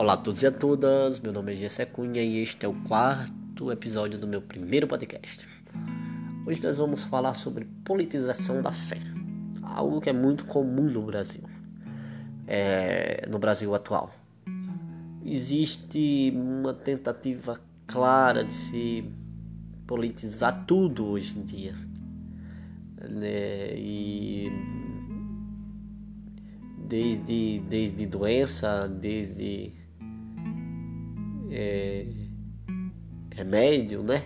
Olá a todos e a todas, meu nome é Gessé Cunha e este é o quarto episódio do meu primeiro podcast. Hoje nós vamos falar sobre politização da fé, algo que é muito comum no Brasil, no Brasil atual. Existe uma tentativa clara de se politizar tudo hoje em dia, né? E desde doença, desde remédio, né?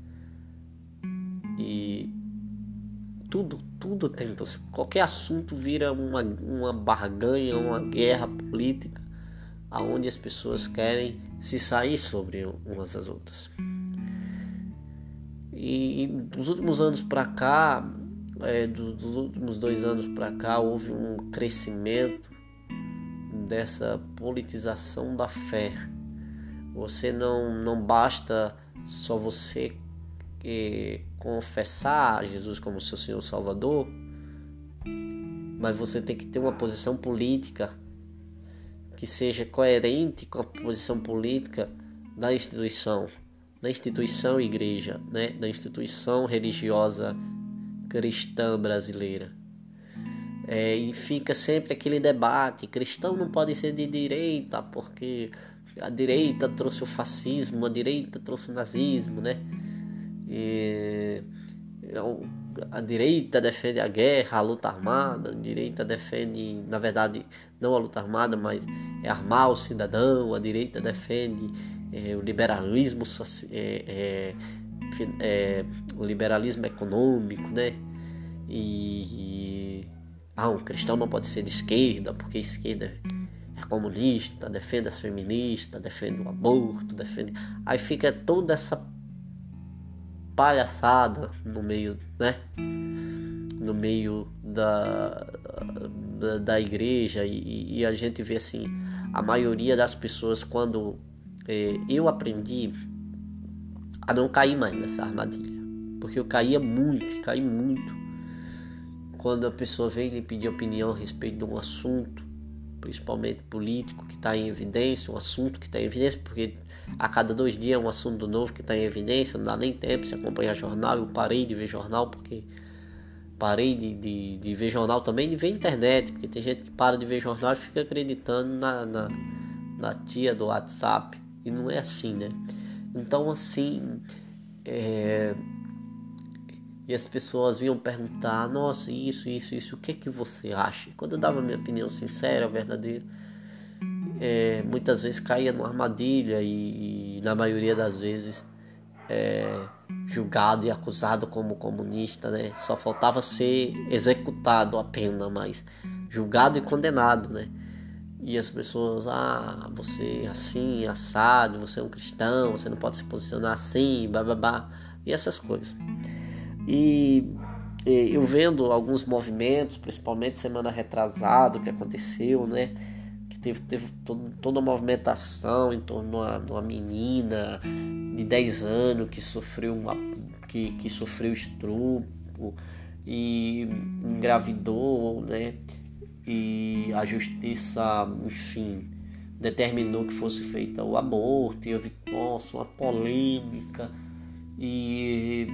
E tudo tenta. Qualquer assunto vira uma barganha, uma guerra política, aonde as pessoas querem se sair sobre umas às outras. E dos últimos anos para cá, dos últimos 2 anos para cá, houve um crescimento dessa politização da fé. Você não basta só você confessar Jesus como seu Senhor Salvador, mas você tem que ter uma posição política que seja coerente com a posição política da instituição igreja, né? Da instituição religiosa cristã brasileira. E fica sempre aquele debate: cristão não pode ser de direita porque a direita trouxe o fascismo, a direita trouxe o nazismo, né? A direita defende a guerra, a luta armada. A direita defende, na verdade, não a luta armada, mas armar o cidadão. A direita defende o liberalismo, o liberalismo econômico, né? Um cristão não pode ser de esquerda porque a esquerda é comunista, defende as feministas, defende o aborto, Aí fica toda essa palhaçada no meio, né? No meio da igreja e a gente vê assim, a maioria das pessoas, quando eu aprendi a não cair mais nessa armadilha, porque eu caí muito quando a pessoa vem lhe pedir opinião a respeito de um assunto, principalmente político, que está em evidência, um assunto que está em evidência, porque a cada 2 dias é um assunto novo que está em evidência, não dá nem tempo de acompanhar jornal. Eu parei de ver jornal porque parei de ver jornal também, de ver internet, porque tem gente que para de ver jornal e fica acreditando na tia do WhatsApp, e não é assim, né? Então, assim, e as pessoas vinham perguntar: nossa, isso, o que é que você acha? Quando eu dava minha opinião sincera, verdadeira, muitas vezes caía numa armadilha e na maioria das vezes julgado e acusado como comunista, né? Só faltava ser executado a pena, mas julgado e condenado, né? E as pessoas: você é assim, assado, você é um cristão, você não pode se posicionar assim, blá, e essas coisas. E eu vendo alguns movimentos, principalmente semana retrasada, que aconteceu, né? Que teve toda uma movimentação em torno de uma menina de 10 anos que sofreu que sofreu estupro e engravidou, né? E a justiça, enfim, determinou que fosse feito o aborto, e houve, uma polêmica. E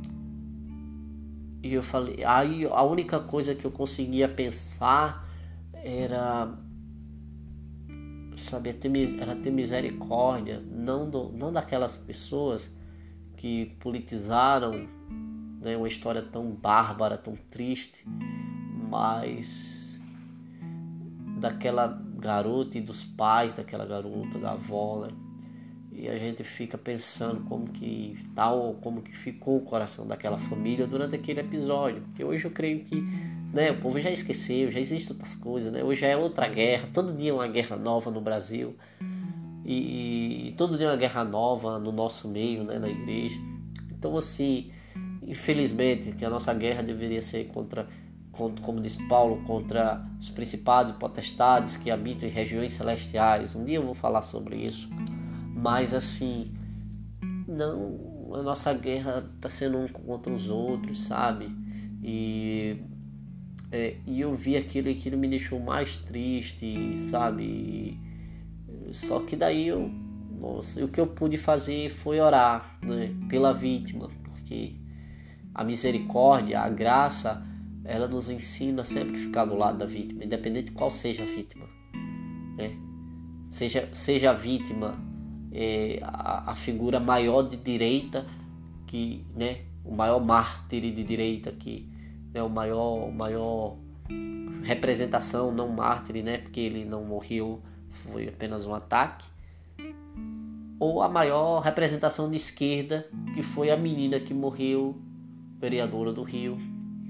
eu falei, aí a única coisa que eu conseguia pensar era, sabe, era ter misericórdia, não daquelas pessoas que politizaram, né, uma história tão bárbara, tão triste, mas daquela garota e dos pais daquela garota, da avó, né? E a gente fica pensando como que ficou o coração daquela família durante aquele episódio. Porque hoje eu creio que, né, o povo já esqueceu, já existem outras coisas, né? Hoje é outra guerra, todo dia é uma guerra nova no Brasil. E todo dia é uma guerra nova no nosso meio, né, na igreja. Então, assim, infelizmente, que a nossa guerra deveria ser contra, como diz Paulo, contra os principados e potestades que habitam em regiões celestiais. Um dia eu vou falar sobre isso. Mas assim, não, a nossa guerra está sendo um contra os outros, sabe? E eu vi aquilo e aquilo me deixou mais triste, sabe? Só que daí o que eu pude fazer foi orar, né, pela vítima, porque a misericórdia, a graça, ela nos ensina sempre a ficar do lado da vítima, independente de qual seja a vítima, né? Seja a vítima a figura maior de direita, que, né, o maior mártir de direita, que é o maior representação, não mártir, né, porque ele não morreu, foi apenas um ataque, ou a maior representação de esquerda, que foi a menina que morreu, vereadora do Rio.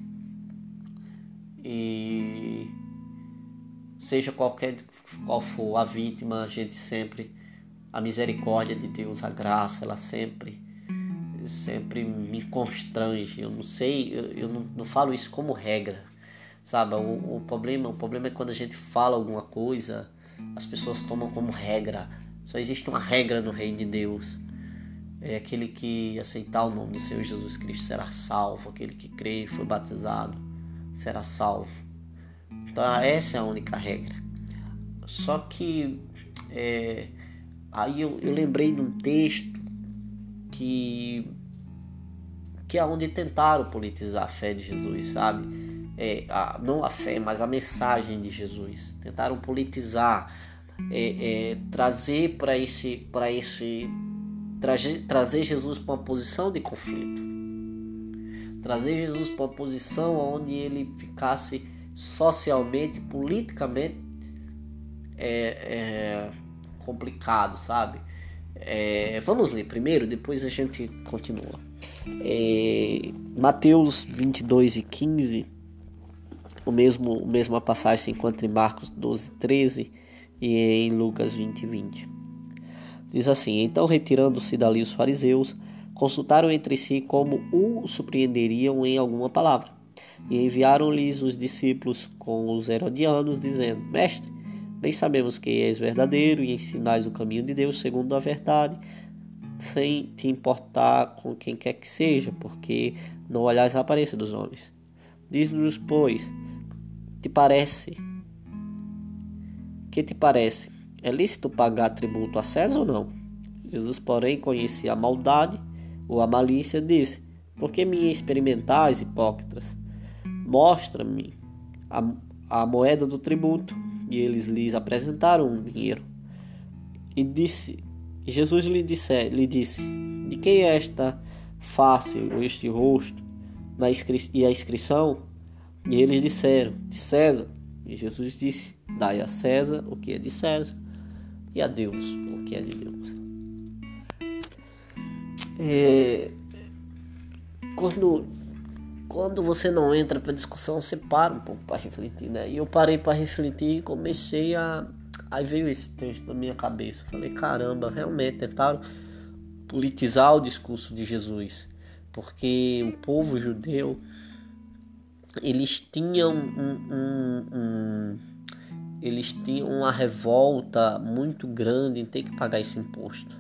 E seja qual for a vítima, a gente sempre, a misericórdia de Deus, a graça, ela sempre me constrange. Eu não sei, eu não falo isso como regra, sabe? O problema é quando a gente fala alguma coisa, as pessoas tomam como regra. Só existe uma regra no reino de Deus: é aquele que aceitar o nome do Senhor Jesus Cristo será salvo, aquele que crê e foi batizado será salvo. Então essa é a única regra. Só que aí eu lembrei de um texto que é onde tentaram politizar a fé de Jesus, sabe? Não a fé, mas a mensagem de Jesus. Tentaram politizar, trazer trazer Jesus para uma posição de conflito, trazer Jesus para uma posição onde ele ficasse socialmente, politicamente complicado, sabe? Vamos ler primeiro, depois a gente continua. Mateus 22:15, mesma passagem se encontra em Marcos 12:13 e em Lucas 20:20. Diz assim: então, retirando-se dali os fariseus, consultaram entre si como o surpreenderiam em alguma palavra, e enviaram-lhes os discípulos com os herodianos, dizendo: mestre, bem sabemos que és verdadeiro e ensinais o caminho de Deus segundo a verdade, sem te importar com quem quer que seja, porque não olhais a aparência dos homens. Diz-nos, pois, que te parece? É lícito pagar tributo a César ou não? Jesus, porém, conhecia a maldade ou a malícia, disse: por que me experimentais, hipócritas? Mostra-me a moeda do tributo. E eles lhes apresentaram um dinheiro. E Jesus lhe disse: de quem é esta face ou este rosto e a inscrição? E eles disseram: de César. E Jesus disse: dai a César o que é de César, e a Deus o que é de Deus. Quando você não entra para discussão, você para um pouco para refletir, né? E eu parei para refletir e comecei aí veio esse texto na minha cabeça. Eu falei: caramba, realmente tentaram politizar o discurso de Jesus, porque o povo judeu, eles tinham eles tinham uma revolta muito grande em ter que pagar esse imposto.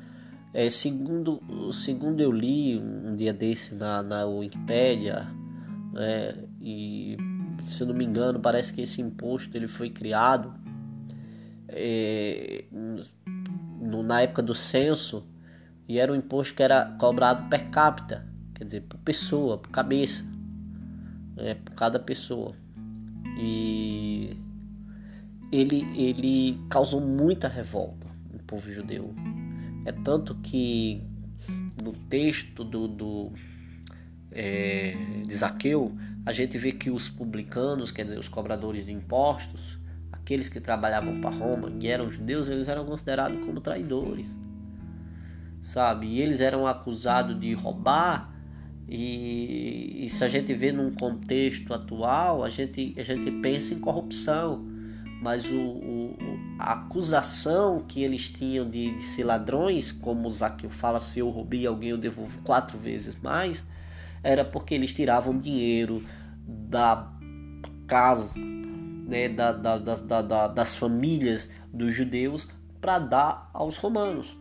Segundo eu li um dia desse na Wikipédia, e se eu não me engano, parece que esse imposto ele foi criado na época do censo, e era um imposto que era cobrado per capita, quer dizer, por pessoa, por cabeça, por cada pessoa. E ele causou muita revolta no povo judeu. É tanto que no texto de Zaqueu, a gente vê que os publicanos, quer dizer, os cobradores de impostos, aqueles que trabalhavam para Roma e eram judeus, eles eram considerados como traidores, sabe? E eles eram acusados de roubar. E se a gente vê num contexto atual, a gente pensa em corrupção, mas a acusação que eles tinham de ser ladrões, como Zaqueu fala: se eu roubei alguém eu devolvo 4 vezes mais, era porque eles tiravam dinheiro da casa, né, das famílias dos judeus para dar aos romanos.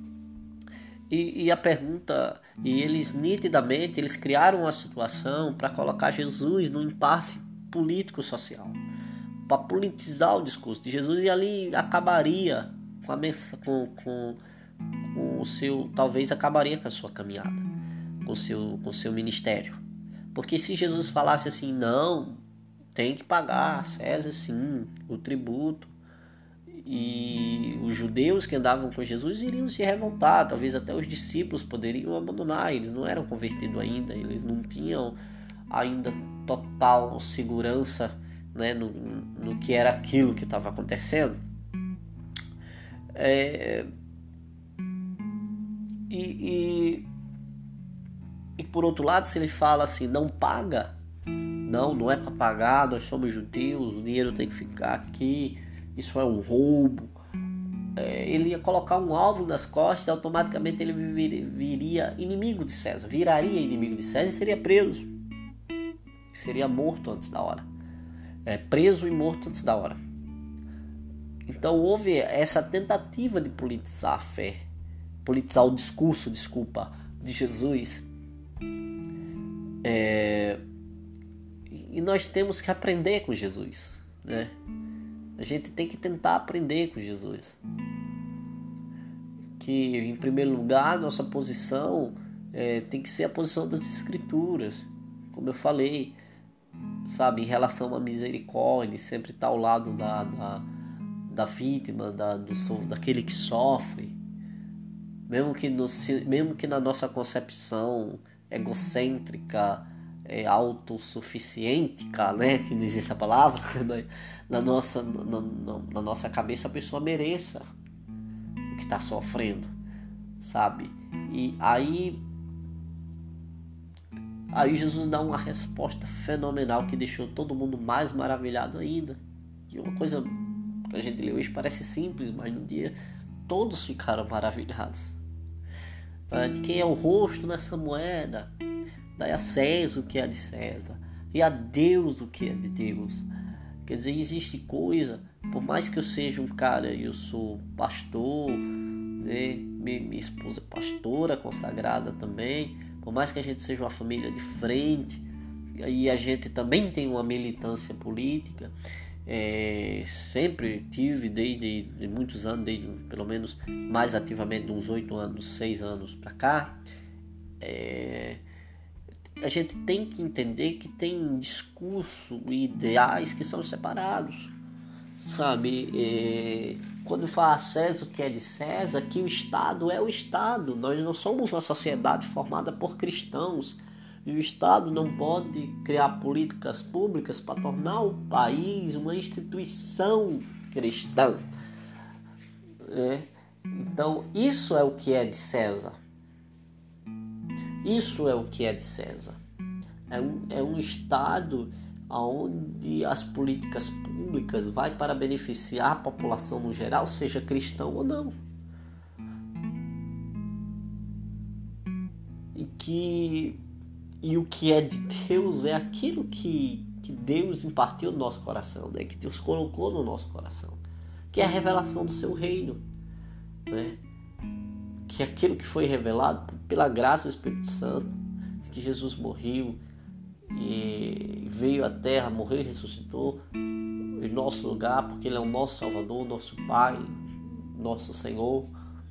E a pergunta, e eles nitidamente eles criaram uma situação para colocar Jesus no impasse político-social, para politizar o discurso de Jesus, e ali acabaria com o seu, talvez acabaria com a sua caminhada, com o seu ministério. Porque se Jesus falasse assim, não, tem que pagar a César sim o tributo, e os judeus que andavam com Jesus iriam se revoltar, talvez até os discípulos poderiam abandonar, eles não eram convertidos ainda, eles não tinham ainda total segurança, né, no que era aquilo que estava acontecendo. E por outro lado, se ele fala assim, não paga, não é para pagar, nós somos judeus, o dinheiro tem que ficar aqui, isso é um roubo, ele ia colocar um alvo nas costas e automaticamente ele viraria inimigo de César e seria preso, seria morto antes da hora, preso e morto antes da hora. Então houve essa tentativa de politizar a fé, politizar o discurso, de Jesus. E nós temos que aprender com Jesus, né? A gente tem que tentar aprender com Jesus. Que, em primeiro lugar, nossa posição tem que ser a posição das Escrituras. Como eu falei, sabe, em relação à misericórdia, sempre estar ao lado da vítima, daquele que sofre. Mesmo que na nossa concepção egocêntrica, autossuficiente, né, que não existe a palavra, na nossa cabeça a pessoa mereça o que está sofrendo, sabe? E aí Jesus dá uma resposta fenomenal que deixou todo mundo mais maravilhado ainda. E uma coisa que a gente lê hoje parece simples, mas no dia todos ficaram maravilhados. De quem é o rosto nessa moeda? Dai a César o que é de César e a Deus o que é de Deus. Quer dizer, existe coisa, por mais que eu seja um cara, eu sou pastor, né? Minha esposa é pastora consagrada também, por mais que a gente seja uma família de frente, e a gente também tem uma militância política, sempre tive desde muitos anos, desde pelo menos mais ativamente de uns 8 anos, 6 anos para cá. A gente tem que entender que tem discurso e ideais que são separados, sabe? Quando fala César o que é de César, que o Estado é o Estado. Nós não somos uma sociedade formada por cristãos, e o Estado não pode criar políticas públicas para tornar o país uma instituição cristã. Então isso é o que é de César. Isso é o que é de César. É um Estado onde as políticas públicas vai para beneficiar a população no geral, seja cristão ou não. E o que é de Deus é aquilo que Deus impartiu no nosso coração, né? Que Deus colocou no nosso coração, que é a revelação do seu reino, né? Que é aquilo que foi revelado pela graça do Espírito Santo, de que Jesus morreu e veio à terra, morreu e ressuscitou em nosso lugar, porque Ele é o nosso Salvador, nosso Pai, nosso Senhor.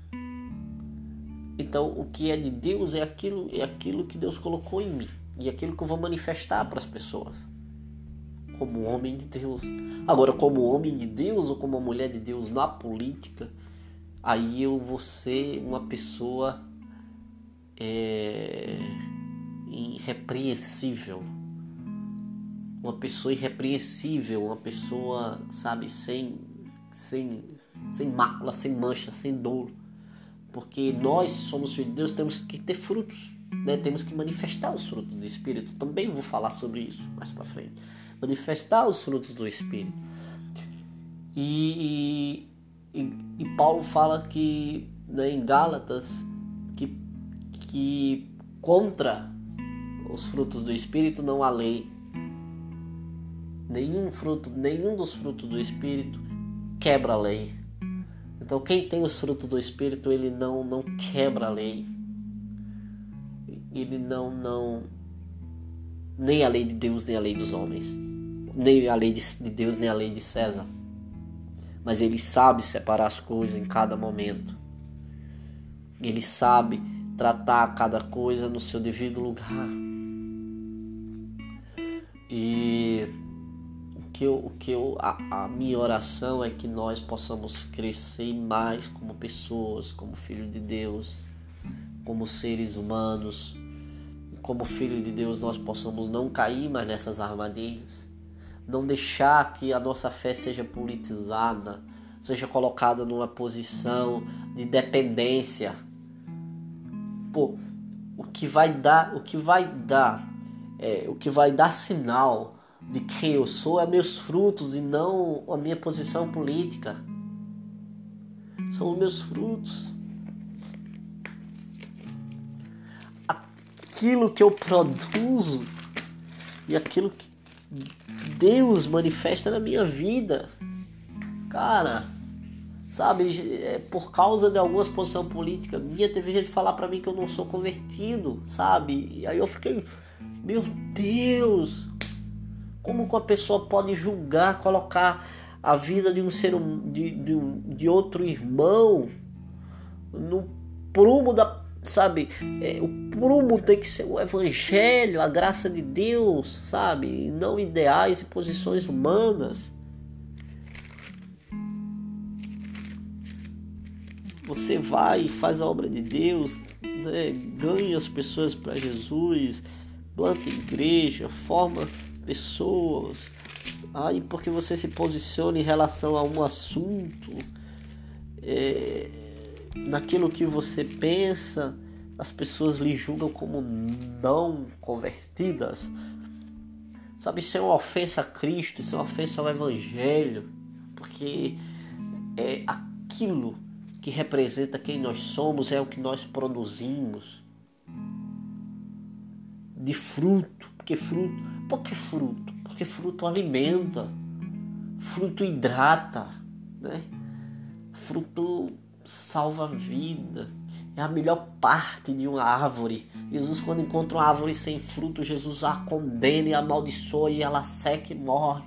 Então, o que é de Deus é aquilo que Deus colocou em mim, e aquilo que eu vou manifestar para as pessoas, como homem de Deus. Agora, como homem de Deus ou como uma mulher de Deus na política, aí eu vou ser uma pessoa irrepreensível. Uma pessoa irrepreensível, uma pessoa, sabe, sem mácula, sem mancha, sem dolo. Porque nós somos filhos de Deus, temos que ter frutos, né? Temos que manifestar os frutos do Espírito. Também vou falar sobre isso mais para frente. Manifestar os frutos do Espírito. E Paulo fala que, né, em Gálatas, que contra os frutos do Espírito não há lei. Nenhum dos frutos do Espírito quebra a lei. Então quem tem os frutos do Espírito, ele não quebra a lei. Ele não nem a lei de Deus, nem a lei dos homens, nem a lei de Deus, nem a lei de César. mas Ele sabe separar as coisas em cada momento. Ele sabe tratar cada coisa no seu devido lugar. E a minha oração é que nós possamos crescer mais como pessoas, como filhos de Deus, como seres humanos. Como filhos de Deus, nós possamos não cair mais nessas armadilhas. Não deixar que a nossa fé seja politizada, seja colocada numa posição de dependência. O que vai dar sinal de quem eu sou é meus frutos e não a minha posição política. São os meus frutos. Aquilo que eu produzo e aquilo que Deus manifesta na minha vida. Cara, sabe, por causa de algumas posições políticas minha, teve gente falar pra mim que eu não sou convertido, sabe? E aí eu fiquei, meu Deus, como que uma pessoa pode julgar, colocar a vida de um ser de outro irmão no prumo da, sabe? O prumo tem que ser o evangelho, a graça de Deus, sabe? E não ideais e posições humanas. Você vai e faz a obra de Deus, né? Ganha as pessoas para Jesus, planta igreja, forma pessoas. Aí porque você se posiciona em relação a um assunto, naquilo que você pensa, as pessoas lhe julgam como não convertidas. Sabe, isso é uma ofensa a Cristo, isso é uma ofensa ao Evangelho, porque é aquilo que representa quem nós somos, é o que nós produzimos de fruto. Por que fruto? Porque fruto alimenta, fruto hidrata, né? Fruto salva a vida. É a melhor parte de uma árvore. Jesus, quando encontra uma árvore sem fruto, Jesus a condena e a amaldiçoa e ela seca e morre.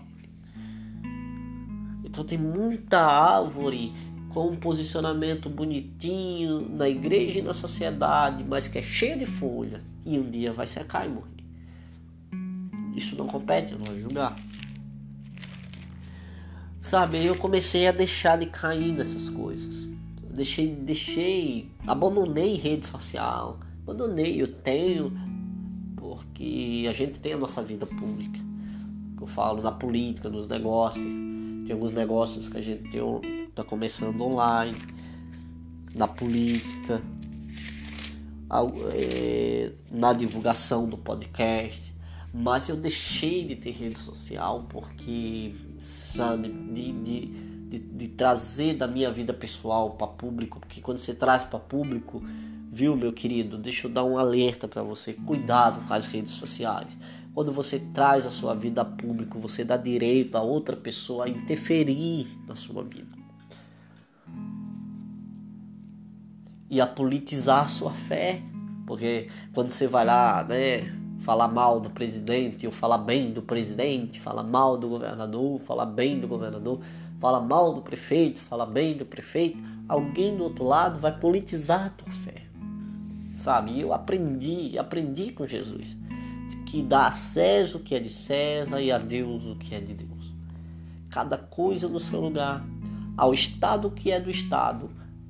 Então tem muita árvore com um posicionamento bonitinho na igreja e na sociedade, mas que é cheia de folha e um dia vai secar e morrer. Isso não compete, eu não vou julgar. Sabe, eu comecei a deixar de cair nessas coisas. Abandonei rede social. Eu tenho, porque a gente tem a nossa vida pública. Eu falo na política, nos negócios. Tem alguns negócios que a gente está começando online. Na política. Na divulgação do podcast. Mas eu deixei de ter rede social porque, sabe, de trazer da minha vida pessoal para público. Porque quando você traz para público, viu, meu querido, deixa eu dar um alerta para você. Cuidado com as redes sociais. Quando você traz a sua vida a público, você dá direito a outra pessoa a interferir na sua vida. E a politizar a sua fé. Porque quando você vai lá, né, falar mal do presidente, ou falar bem do presidente, falar mal do governador, falar bem do governador, falar mal do prefeito, falar bem do prefeito, alguém do outro lado vai politizar a tua fé. Sabe? E eu aprendi com Jesus que dá a César o que é de César e a Deus o que é de Deus. Cada coisa no seu lugar, ao Estado o que é do Estado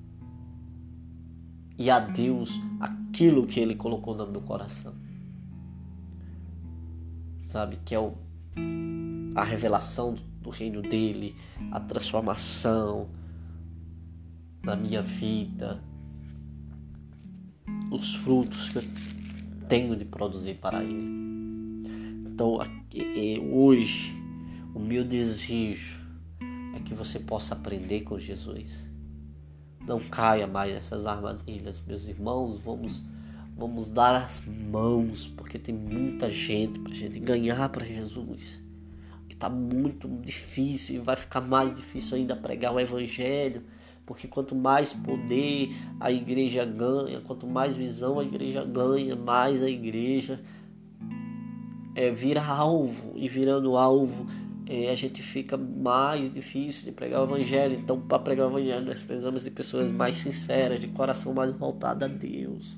e a Deus aquilo que Ele colocou no meu coração. Sabe, que é a revelação do reino dele, a transformação na minha vida, os frutos que eu tenho de produzir para ele. Então, hoje, o meu desejo é que você possa aprender com Jesus. Não caia mais nessas armadilhas, meus irmãos. Vamos dar as mãos, porque tem muita gente para a gente ganhar para Jesus. E está muito difícil, e vai ficar mais difícil ainda pregar o Evangelho, porque quanto mais poder a igreja ganha, quanto mais visão a igreja ganha, mais a igreja vira alvo, e virando alvo a gente fica mais difícil de pregar o evangelho. Então, para pregar o evangelho, nós precisamos de pessoas mais sinceras, de coração mais voltado a Deus,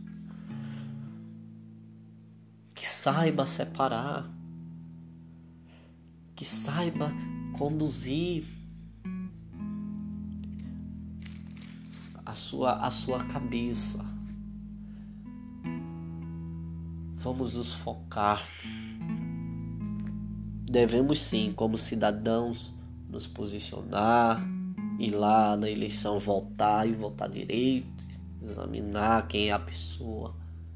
que saiba separar, que saiba conduzir a sua cabeça. Vamos nos focar. Devemos sim, como cidadãos, nos posicionar, ir lá na eleição votar e votar direito, examinar quem é a pessoa.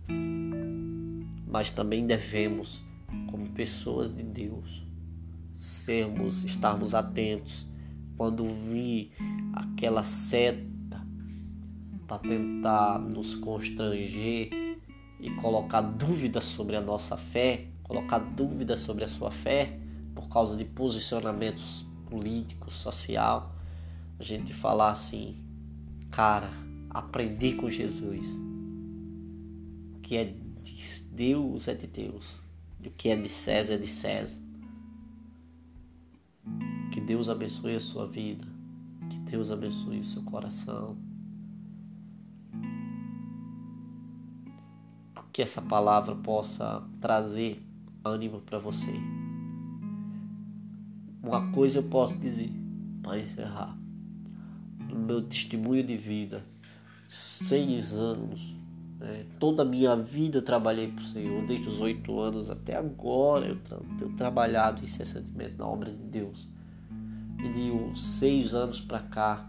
Mas também devemos, como pessoas de Deus, estarmos atentos quando vir aquela seta para tentar nos constranger e colocar dúvidas sobre a nossa fé, colocar dúvidas sobre a sua fé por causa de posicionamentos políticos, social. A gente falar assim: cara, aprendi com Jesus. O que é de Deus é de Deus, e o que é de César é de César. Que Deus abençoe a sua vida, que Deus abençoe o seu coração. Que essa palavra possa trazer ânimo para você. Uma coisa eu posso dizer para encerrar: no meu testemunho de vida, 6 anos, toda a minha vida eu trabalhei para o Senhor, desde os 8 anos até agora eu tenho trabalhado incessantemente na obra de Deus. E de uns 6 anos para cá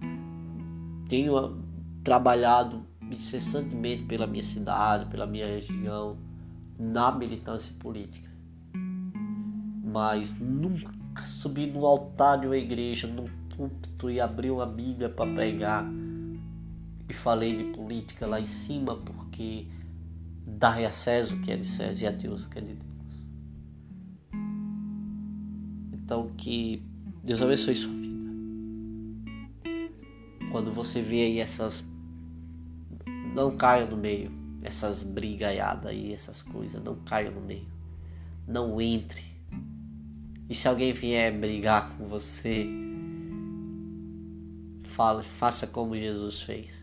tenho trabalhado incessantemente pela minha cidade, pela minha região, na militância política. Mas nunca subi no altar de uma igreja, num púlpito, e abri uma Bíblia para pregar e falei de política lá em cima, porque dai a César o que é de César e a Deus o que é de Deus. Então, que Deus abençoe sua vida. Quando você vê aí não caia no meio, essas brigaiadas aí, essas coisas, não caia no meio, não entre. E se alguém vier brigar com você, faça como Jesus fez.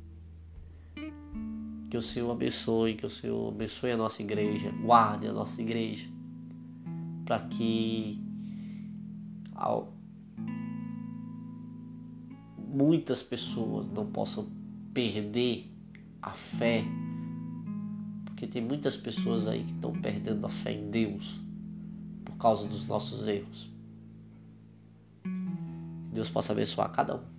Que o Senhor abençoe, que o Senhor abençoe a nossa igreja, guarde a nossa igreja, para que muitas pessoas não possam perder a fé, porque tem muitas pessoas aí que estão perdendo a fé em Deus por causa dos nossos erros. Deus possa abençoar cada um.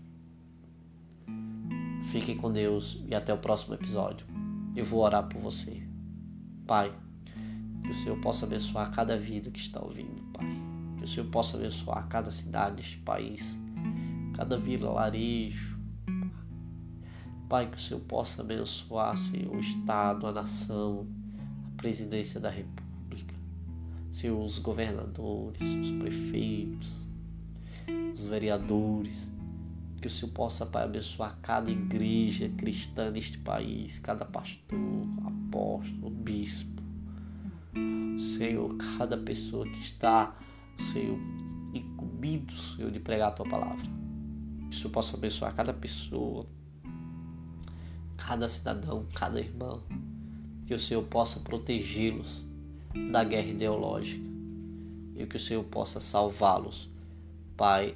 Fiquem com Deus e até o próximo episódio. Eu vou orar por você. Pai, que o Senhor possa abençoar cada vida que está ouvindo, Pai. Que o Senhor possa abençoar cada cidade deste país, cada vila, larejo. Pai, que o Senhor possa abençoar, Senhor, o Estado, a nação, a presidência da República, Senhor, os governadores, os prefeitos, os vereadores. Que o Senhor possa, Pai, abençoar cada igreja cristã neste país, cada pastor, apóstolo, bispo. Senhor, cada pessoa que está, Senhor, incumbido, Senhor, de pregar a Tua palavra. Que o Senhor possa abençoar cada pessoa, cada cidadão, cada irmão. Que o Senhor possa protegê-los da guerra ideológica. E que o Senhor possa salvá-los, Pai,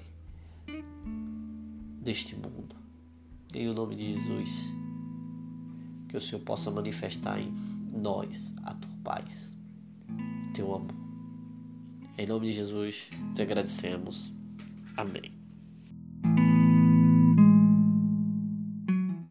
deste mundo. Em o nome de Jesus, que o Senhor possa manifestar em nós a tua paz, teu amor. Em nome de Jesus, te agradecemos. Amém.